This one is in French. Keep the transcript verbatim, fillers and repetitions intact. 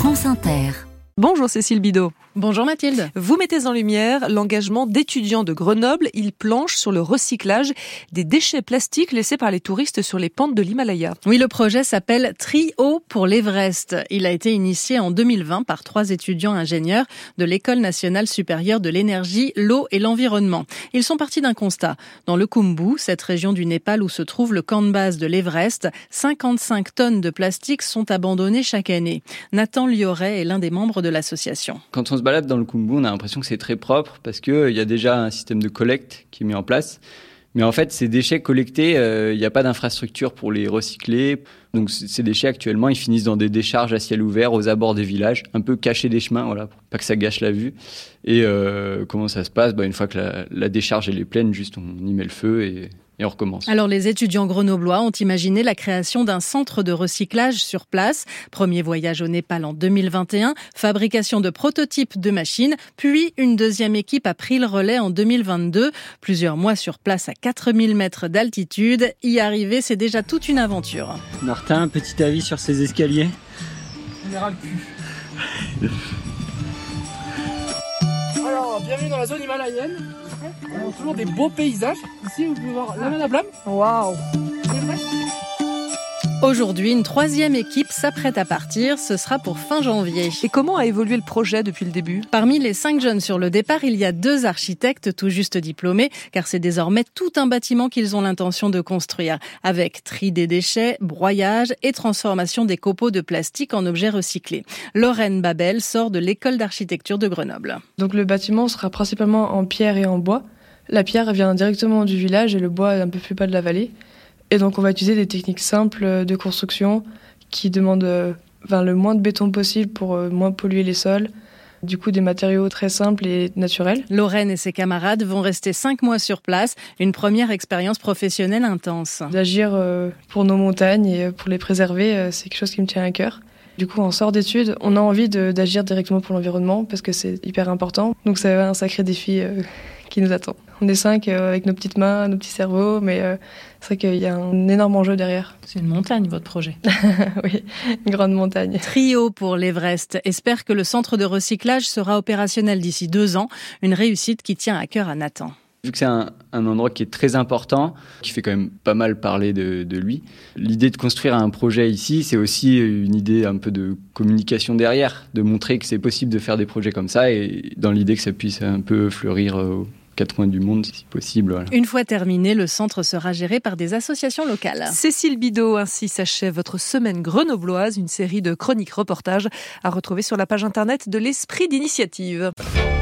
France Inter. Bonjour Cécile Bidot. Bonjour Mathilde. Vous mettez en lumière l'engagement d'étudiants de Grenoble. Ils planchent sur le recyclage des déchets plastiques laissés par les touristes sur les pentes de l'Himalaya. Oui, le projet s'appelle Tri-Eau pour l'Everest. Il a été initié en deux mille vingt par trois étudiants ingénieurs de l'École nationale supérieure de l'énergie, l'eau et l'environnement. Ils sont partis d'un constat. Dans le Khumbu, cette région du Népal où se trouve le camp de base de l'Everest, cinquante-cinq tonnes de plastique sont abandonnées chaque année. Nathan Lioret est l'un des membres de l'association. Quand on se balade dans le Khumbu, on a l'impression que c'est très propre parce qu'il euh, y a déjà un système de collecte qui est mis en place. Mais en fait, ces déchets collectés, il euh, n'y a pas d'infrastructure pour les recycler. Donc ces déchets, actuellement, ils finissent dans des décharges à ciel ouvert aux abords des villages, un peu cachés des chemins, voilà, pour pas que ça gâche la vue. Et euh, comment ça se passe ? Bah, une fois que la, la décharge elle est pleine, juste on y met le feu et... Et on recommence. Alors les étudiants grenoblois ont imaginé la création d'un centre de recyclage sur place. Premier voyage au Népal en deux mille vingt et un, fabrication de prototypes de machines, puis une deuxième équipe a pris le relais en deux mille vingt-deux. Plusieurs mois sur place à quatre mille mètres d'altitude. Y arriver, c'est déjà toute une aventure. Martin, petit avis sur ces escaliers ? On ira le cul. Alors, bienvenue dans la zone himalayenne. On a toujours des beaux paysages. Ici, vous pouvez voir la Manablam. Waouh! Aujourd'hui, une troisième équipe s'apprête à partir. Ce sera pour fin janvier. Et comment a évolué le projet depuis le début ? Parmi les cinq jeunes sur le départ, il y a deux architectes tout juste diplômés, car c'est désormais tout un bâtiment qu'ils ont l'intention de construire, avec tri des déchets, broyage et transformation des copeaux de plastique en objets recyclés. Lorraine Babel sort de l'école d'architecture de Grenoble. Donc le bâtiment sera principalement en pierre et en bois. La pierre vient directement du village et le bois un peu plus bas de la vallée. Et donc on va utiliser des techniques simples de construction qui demandent euh, enfin, le moins de béton possible pour euh, moins polluer les sols. Du coup, des matériaux très simples et naturels. Lorraine et ses camarades vont rester cinq mois sur place. Une première expérience professionnelle intense. D'agir euh, pour nos montagnes et pour les préserver, euh, c'est quelque chose qui me tient à cœur. Du coup, on sort d'études, on a envie de, d'agir directement pour l'environnement parce que c'est hyper important. Donc c'est un sacré défi euh, qui nous attend. On est cinq euh, avec nos petites mains, nos petits cerveaux, mais euh, c'est vrai qu'il y a un énorme enjeu derrière. C'est une montagne, votre projet. Oui, une grande montagne. Tri-Eau pour l'Everest espère que le centre de recyclage sera opérationnel d'ici deux ans. Une réussite qui tient à cœur à Nathan. Vu que c'est un, un endroit qui est très important, qui fait quand même pas mal parler de, de lui, l'idée de construire un projet ici, c'est aussi une idée un peu de communication derrière, de montrer que c'est possible de faire des projets comme ça et dans l'idée que ça puisse un peu fleurir aux quatre coins du monde si possible. Voilà. Une fois terminé, le centre sera géré par des associations locales. Cécile Bidot, ainsi s'achève votre semaine grenobloise, une série de chroniques reportages à retrouver sur la page internet de l'Esprit d'initiative.